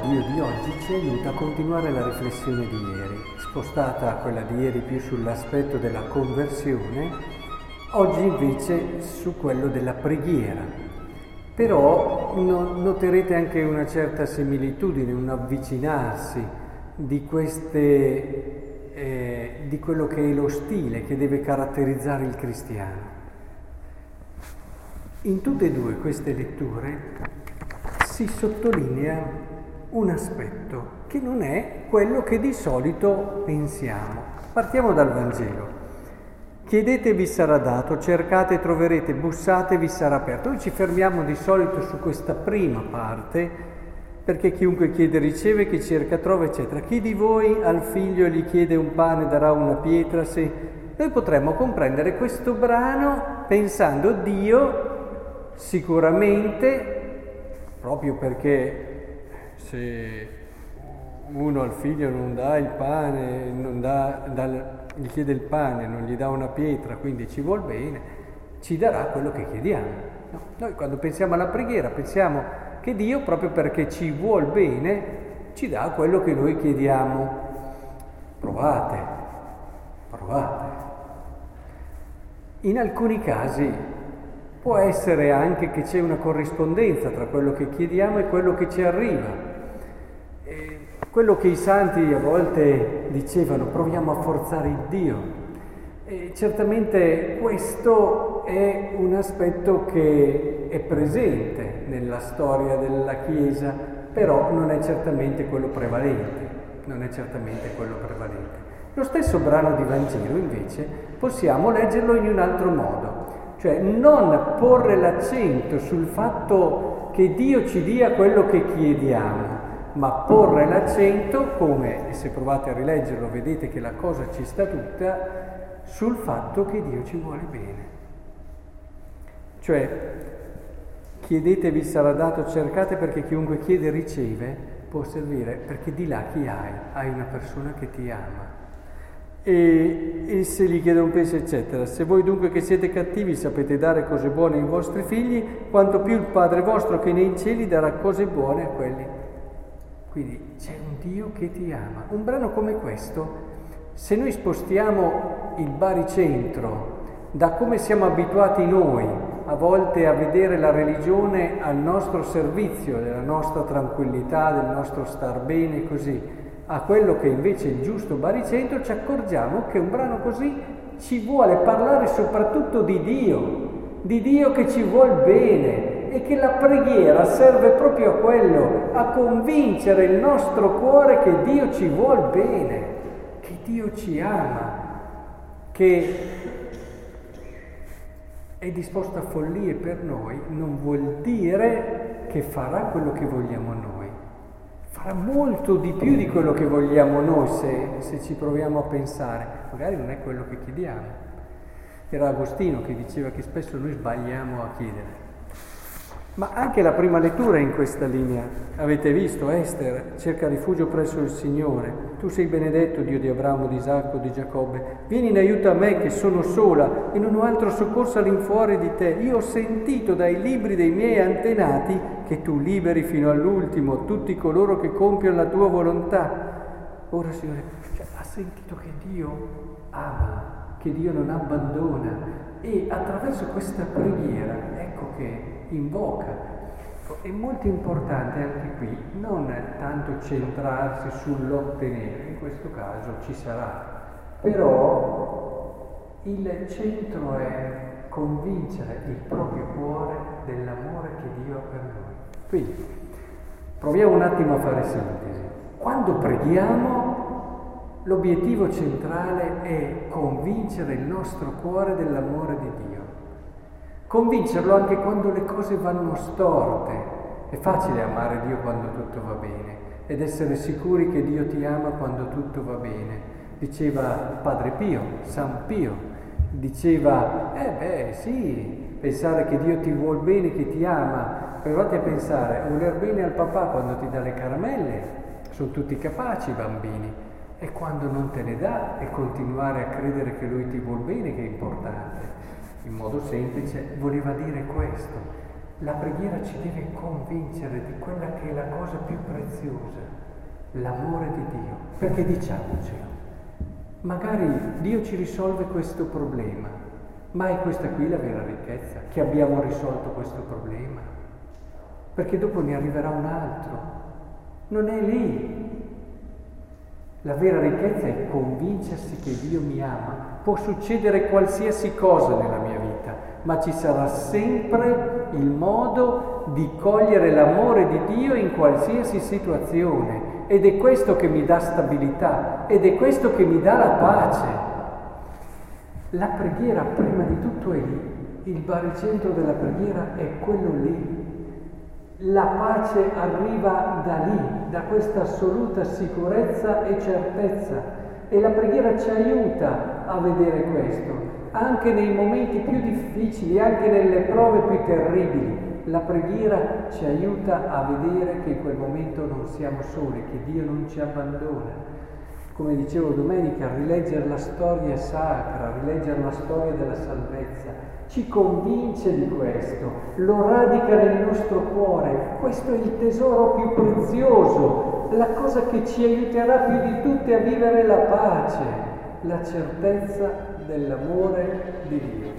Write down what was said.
Dio di oggi ci aiuta a continuare la riflessione di ieri, spostata quella di ieri più sull'aspetto della conversione, oggi invece su quello della preghiera. Però noterete anche una certa similitudine, un avvicinarsi di di quello che è lo stile che deve caratterizzare il cristiano. In tutte e due queste letture si sottolinea un aspetto che non è quello che di solito pensiamo. Partiamo dal Vangelo. Chiedete e vi sarà dato, cercate e troverete, bussate e vi sarà aperto. Noi ci fermiamo di solito su questa prima parte, perché chiunque chiede riceve, chi cerca trova, eccetera. Chi di voi al figlio gli chiede un pane darà una pietra? Se noi potremmo comprendere questo brano pensando Dio sicuramente, proprio perché se uno al figlio non dà il pane, gli chiede il pane, non gli dà una pietra, quindi ci vuol bene, ci darà quello che chiediamo. No? Noi quando pensiamo alla preghiera pensiamo che Dio, proprio perché ci vuol bene, ci dà quello che noi chiediamo. Provate. In alcuni casi può essere anche che c'è una corrispondenza tra quello che chiediamo e quello che ci arriva. Quello che i santi a volte dicevano, proviamo a forzare il Dio. Certamente questo è un aspetto che è presente nella storia della Chiesa, però non è certamente quello prevalente. Lo stesso brano di Vangelo, invece, possiamo leggerlo in un altro modo. Cioè non porre l'accento sul fatto che Dio ci dia quello che chiediamo, ma porre l'accento, come se provate a rileggerlo vedete che la cosa ci sta tutta, sul fatto che Dio ci vuole bene. Cioè, chiedete e vi sarà dato, cercate perché chiunque chiede riceve, può servire perché di là chi hai una persona che ti ama. E se gli chiede un pesce, eccetera. Se voi dunque che siete cattivi sapete dare cose buone ai vostri figli, quanto più il Padre vostro che è nei cieli darà cose buone a quelli. Quindi c'è un Dio che ti ama. Un brano come questo, se noi spostiamo il baricentro da come siamo abituati noi a volte a vedere la religione al nostro servizio, della nostra tranquillità, del nostro star bene, così, a quello che invece è il giusto baricentro, ci accorgiamo che un brano così ci vuole parlare soprattutto di Dio che ci vuol bene e che la preghiera serve proprio a quello, a convincere il nostro cuore che Dio ci vuol bene, che Dio ci ama, che è disposto a follie per noi, non vuol dire che farà quello che vogliamo noi. Farà molto di più di quello che vogliamo noi se ci proviamo a pensare. Magari non è quello che chiediamo. Era Agostino che diceva che spesso noi sbagliamo a chiedere. Ma anche la prima lettura è in questa linea. Avete visto, Ester cerca rifugio presso il Signore. Tu sei benedetto, Dio di Abramo, di Isacco, di Giacobbe. Vieni in aiuto a me che sono sola e non ho altro soccorso all'infuori di te. Io ho sentito dai libri dei miei antenati che tu liberi fino all'ultimo tutti coloro che compiono la tua volontà. Ora, Signore, ha sentito che Dio ama, che Dio non abbandona. E attraverso questa preghiera, ecco che invoca. È molto importante anche qui non tanto centrarsi sull'ottenere, in questo caso ci sarà, però il centro è convincere il proprio cuore dell'amore che Dio ha per noi. Quindi proviamo un attimo a fare sintesi. Quando preghiamo, l'obiettivo centrale è convincere il nostro cuore dell'amore di Dio. Convincerlo anche quando le cose vanno storte. È facile amare Dio quando tutto va bene ed essere sicuri che Dio ti ama quando tutto va bene. Diceva Padre Pio, San Pio, diceva, sì, pensare che Dio ti vuol bene, che ti ama. Provate a pensare, voler bene al papà quando ti dà le caramelle, sono tutti capaci i bambini. E quando non te ne dà e continuare a credere che lui ti vuol bene, che è importante. In modo semplice voleva dire questo. La preghiera ci deve convincere di quella che è la cosa più preziosa, l'amore di Dio. Perché diciamocelo, magari Dio ci risolve questo problema, ma è questa qui la vera ricchezza, che abbiamo risolto questo problema? Perché dopo ne arriverà un altro. Non è lì. La vera ricchezza è convincersi che Dio mi ama. Può succedere qualsiasi cosa nella mia vita, ma ci sarà sempre il modo di cogliere l'amore di Dio in qualsiasi situazione. Ed è questo che mi dà stabilità, ed è questo che mi dà la pace. La preghiera prima di tutto è lì. Il baricentro della preghiera è quello lì. La pace arriva da lì, da questa assoluta sicurezza e certezza, e la preghiera ci aiuta a vedere questo, anche nei momenti più difficili, anche nelle prove più terribili. La preghiera ci aiuta a vedere che in quel momento non siamo soli, che Dio non ci abbandona. Come dicevo domenica, rileggere la storia sacra, rileggere la storia della salvezza, ci convince di questo, lo radica nel nostro cuore. Questo è il tesoro più prezioso, la cosa che ci aiuterà più di tutte a vivere la pace, la certezza dell'amore di Dio.